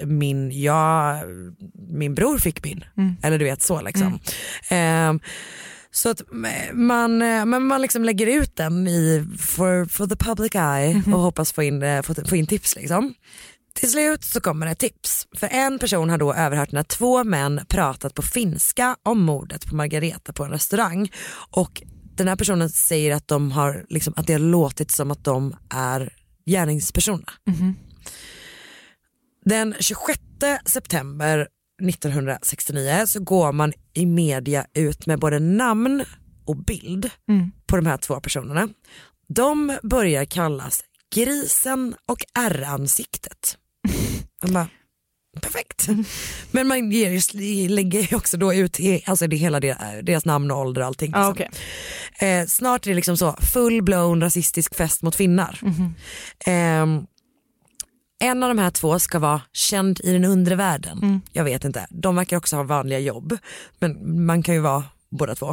min bror fick min. Eller du vet så liksom. Så att man liksom lägger ut den for the public eye och hoppas få in tips liksom. Till slut så kommer det tips. För en person har då överhört när 2 män pratat på finska om mordet på Margareta på en restaurang. Och den här personen säger att de har liksom, att det har låtit som att de är gärningspersoner. Den 26 september 1969 så går man i media ut med både namn och bild på de här 2 personerna. De börjar kallas Grisen och R-ansiktet. Man bara, perfekt. Men man lägger också då ut alltså det hela deras namn och ålder och allting. Okay. Snart är det liksom så full-blown rasistisk fest mot finnar. En av de här 2 ska vara känd i den undre världen. Jag vet inte. De verkar också ha vanliga jobb. Men man kan ju vara båda 2.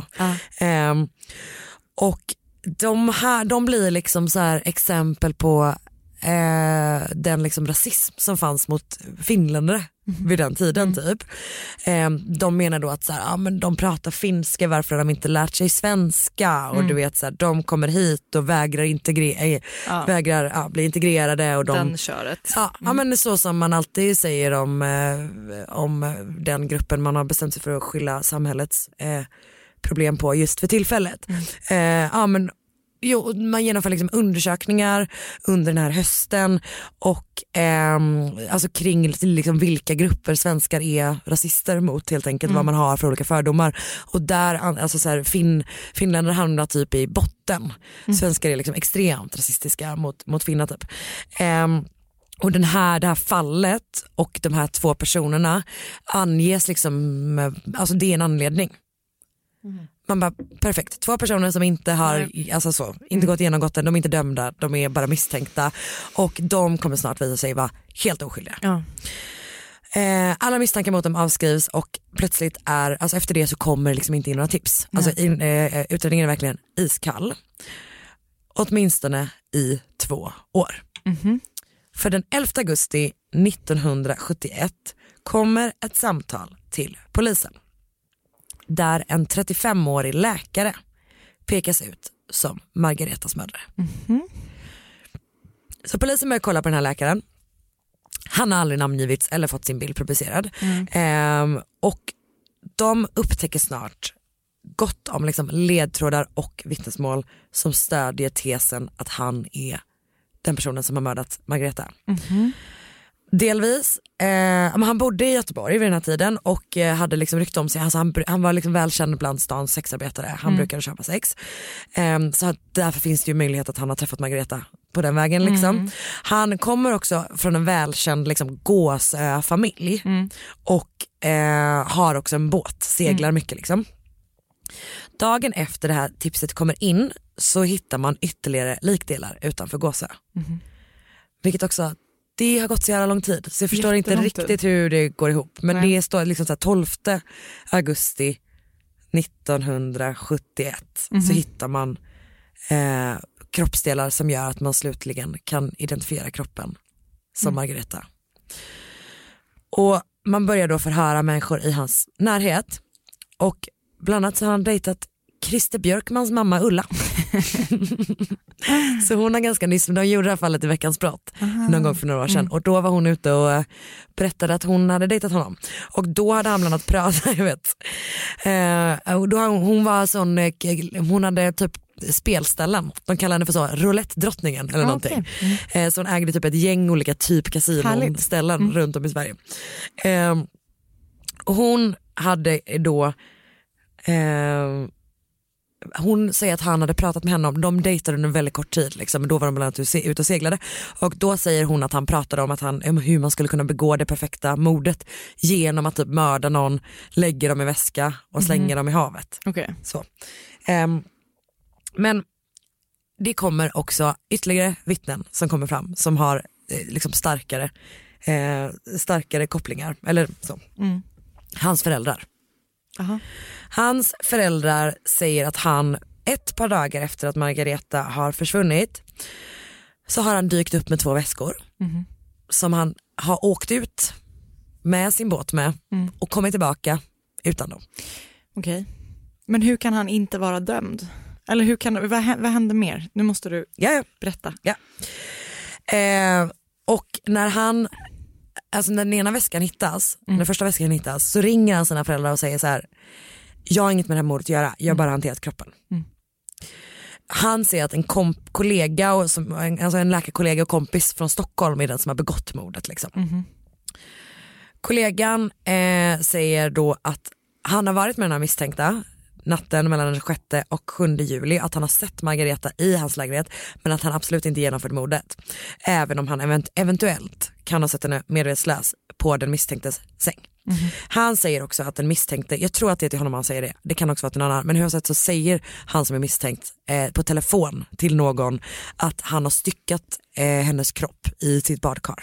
Och de blir liksom så här exempel på den liksom rasism som fanns mot finländare vid den tiden typ. De menar då att så här, men de pratar finska, varför har de inte lärt sig svenska och du vet så här, de kommer hit och vägrar bli integrerade och den köret. Ja men så som man alltid säger om den gruppen man har bestämt sig för att skylla samhällets problem på just för tillfället. Man genomför liksom undersökningar under den här hösten och alltså kring liksom vilka grupper svenskar är rasister mot helt enkelt, vad man har för olika fördomar. Och där alltså så här, finländare hamnar typ i botten. Svenskar är liksom extremt rasistiska mot finnar typ. Och det här fallet och de här 2 personerna anges liksom, alltså det är en anledning. Man bara, perfekt. 2 personer som inte har inte gått igenom gotten, de är inte dömda, de är bara misstänkta och de kommer snart visa sig vara helt oskyldiga. Alla misstankar mot dem avskrivs och plötsligt alltså efter det så kommer liksom inte in några tips. Alltså utredningen är verkligen iskall. Åtminstone i 2 år. För den 11 augusti 1971 kommer ett samtal till polisen. Där en 35-årig läkare pekas ut som Margaretas mördare. Så polisen börjar kolla på den här läkaren. Han har aldrig namngivits eller fått sin bild publicerad. Och de upptäcker snart gott om liksom ledtrådar och vittnesmål som stödjer tesen att han är den personen som har mördat Margareta. Delvis, han bodde i Göteborg vid den här tiden och hade liksom rykte om sig, alltså han var liksom välkänd bland stans sexarbetare, han brukade köpa sex, så därför finns det ju möjlighet att han har träffat Margareta på den vägen liksom. Han kommer också från en välkänd liksom Gåsö-familj och har också en båt, seglar mycket liksom. Dagen efter det här tipset kommer in så hittar man ytterligare likdelar utanför Gåsö. Vilket också, det har gått så jävla lång tid så jag förstår inte riktigt hur det går ihop. Men det står liksom så här 12 augusti 1971 så hittar man kroppsdelar som gör att man slutligen kan identifiera kroppen som Margareta. Och man börjar då förhöra människor i hans närhet och bland annat så har han dejtat Christer Björkmans mamma Ulla. Så hon har ganska nyss, de gjorde det här fallet i Veckans brott någon gång för några år sedan och då var hon ute och berättade att hon hade dejtat honom och då hade han bland annat pratat, jag vet. Och då hon var sån, hon hade typ spelställen, de kallar henne för så roulette-drottningen eller någonting. Så hon ägde typ ett gäng olika typ kasinoställen runt om i Sverige. Och hon hade då hon säger att han hade pratat med henne om, de dejtade under en väldigt kort tid liksom, då var de bland annat ute och seglade, och då säger hon att han pratade om att hur man skulle kunna begå det perfekta mordet genom att typ mörda någon, lägga dem i väska och slänga dem i havet. Så. Men det kommer också ytterligare vittnen som kommer fram som har liksom starkare kopplingar eller så. Hans föräldrar. Hans föräldrar säger att han ett par dagar efter att Margareta har försvunnit så har han dykt upp med 2 väskor som han har åkt ut med sin båt med och kommit tillbaka utan dem. Okej. Men hur kan han inte vara dömd? Eller vad händer mer? Nu måste du berätta. Ja. Och när den ena väskan hittas, när första väskan hittas, så ringer han sina föräldrar och säger så här: jag har inget med det här mordet att göra, jag har bara hanterat kroppen. Han säger att en kollega en läkarkollega och kompis från Stockholm är den som har begått mordet liksom. Kollegan säger då att han har varit med den här misstänkta natten mellan den 6 och 7 juli, att han har sett Margareta i hans lägenhet, men att han absolut inte genomfört mordet, även om han eventuellt kan ha sett henne medvetslös på den misstänktes säng. Han säger också att den misstänkte, jag tror att det är till honom han säger det kan också vara till någon annan, men hur så säger han som är misstänkt på telefon till någon att han har styckat hennes kropp i sitt badkar.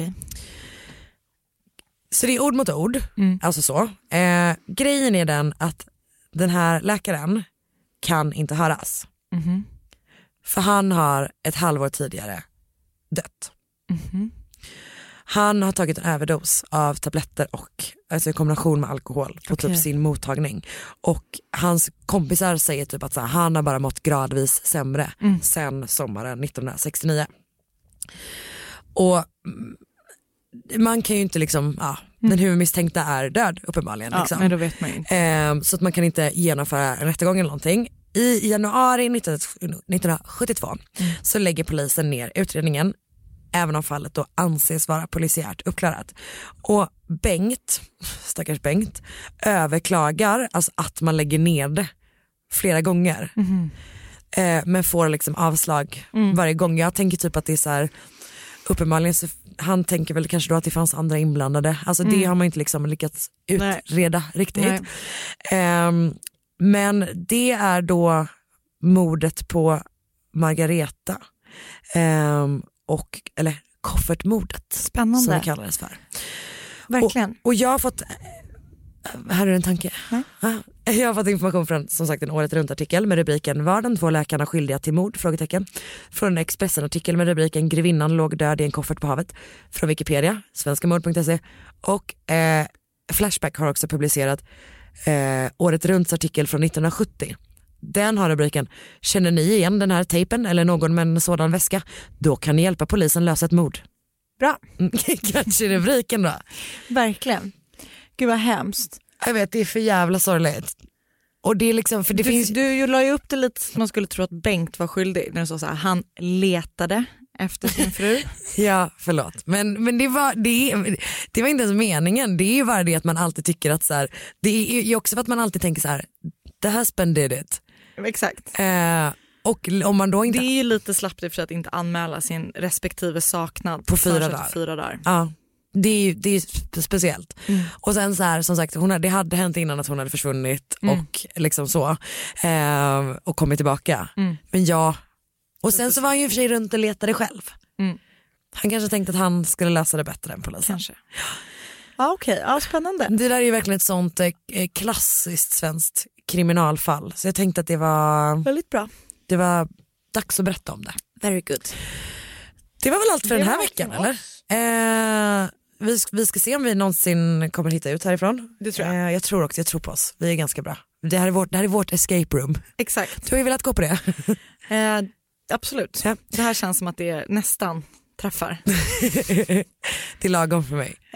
Så det är ord mot ord, alltså så. Grejen är den att den här läkaren kan inte höras. För han har ett halvår tidigare dött. Han har tagit en överdos av tabletter och alltså i kombination med alkohol på typ sin mottagning. Och hans kompisar säger typ att han har bara mått gradvis sämre sen sommaren 1969. Och man kan ju inte liksom, den huvudmisstänkta är död uppenbarligen. Liksom. Men då vet man ju. Så att man kan inte genomföra en rättegång eller någonting. I januari 1972 så lägger polisen ner utredningen, även om fallet då anses vara polisiärt uppklarat. Och stackars Bengt, överklagar alltså att man lägger ner det flera gånger. Men får liksom avslag varje gång. Jag tänker typ att det är så här, uppenbarligen så han tänker väl kanske då att det fanns andra inblandade. Alltså det har man inte liksom lyckats utreda riktigt. Men det är då mordet på Margareta. Eller koffertmordet. Spännande. Som det kallades för. Verkligen. Och jag har fått, här är en tanke. Jag har fått information från som sagt en året runt artikel med rubriken "Var de 2 läkarna skyldiga till mord?" frågetecken. Från en Expressen-artikel med rubriken "Grevinnan låg död i en koffert på havet", från Wikipedia, svenskamord.se, och Flashback har också publicerat året runts artikel från 1970. Den har rubriken "Känner ni igen den här tejpen eller någon med en sådan väska? Då kan ni hjälpa polisen lösa ett mord." Bra. Kanske rubriken då. Verkligen. Gud vad hemskt. Jag vet, det är för jävla sorgligt. Och det är liksom, för det finns... Du la ju upp det lite så man skulle tro att Bengt var skyldig när du sa så här, han letade efter sin fru. Ja, förlåt. Men det var inte ens meningen. Det är ju bara det att man alltid tycker att så här, det är ju också för att man alltid tänker så här, the husband did it. Exakt. Och om man då inte... Det är ju lite slappt för att inte anmäla sin respektive saknad på 4 dagar. Ja. Det är speciellt. Och sen så här, som sagt, det hade hänt innan att hon hade försvunnit och liksom så och kommit tillbaka. Men och sen så var han ju för sig runt och letade själv. Han kanske tänkte att han skulle lösa det bättre än polisen. Kanske. Ja, okej. Ja, spännande. Det där är ju verkligen ett sånt klassiskt svenskt kriminalfall. Så jag tänkte att det var väldigt bra. Det var dags att berätta om det. Very good. Det var väl allt för den här veckan, eller? Vi ska se om vi någonsin kommer hitta ut härifrån. Det tror jag. Jag tror på oss. Vi är ganska bra. Det här är vårt escape room. Exakt. Du har ju velat gå på det. Absolut. Ja. Det här känns som att det är nästan träffar. Det är lagom för mig.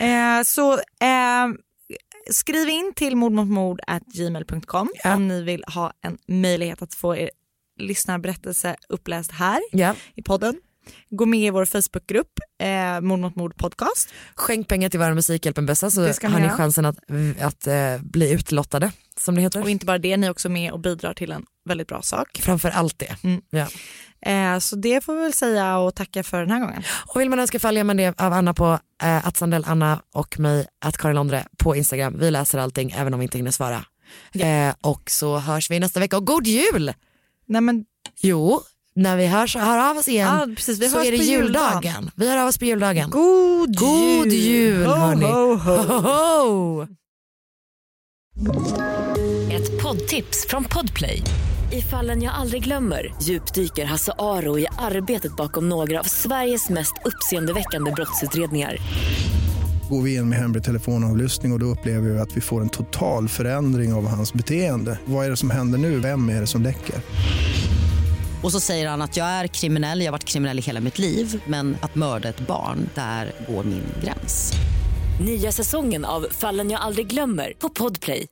Skriv in till mordmotmord@gmail.com om ni vill ha en möjlighet att få er lyssnarberättelse uppläst här i podden. Gå med i vår Facebookgrupp, Mord mot mord podcast. Skänk pengar till vår Musikhjälpen-bössa så har ni chansen att bli utlottade, som det heter. Och inte bara det, ni är också med och bidrar till en väldigt bra sak. Framför allt det. Ja. Så det får vi väl säga och tacka för den här gången. Och vill man önska följa man det av Anna på @Sandell Anna och mig @Karin på Instagram. Vi läser allting även om vi inte hinner svara. Och så hörs vi nästa vecka. Och god jul! Nej men... Jo, när vi hör av oss igen. Ja, precis, vi så hörs är det på juldagen. Vi hör av oss på juldagen. God jul hörni. Ho, ho, ho. Ett poddtips från Podplay. I Fallen jag aldrig glömmer djupdyker Hasse Aro i arbetet bakom några av Sveriges mest uppseendeväckande brottsutredningar. Går vi in med hemlig telefonavlyssning och då upplever vi att vi får en total förändring av hans beteende. Vad är det som händer nu? Vem är det som läcker? Och så säger han att jag är kriminell, jag har varit kriminell i hela mitt liv. Men att mörda ett barn, där går min gräns. Nya säsongen av Fallen jag aldrig glömmer på Podplay.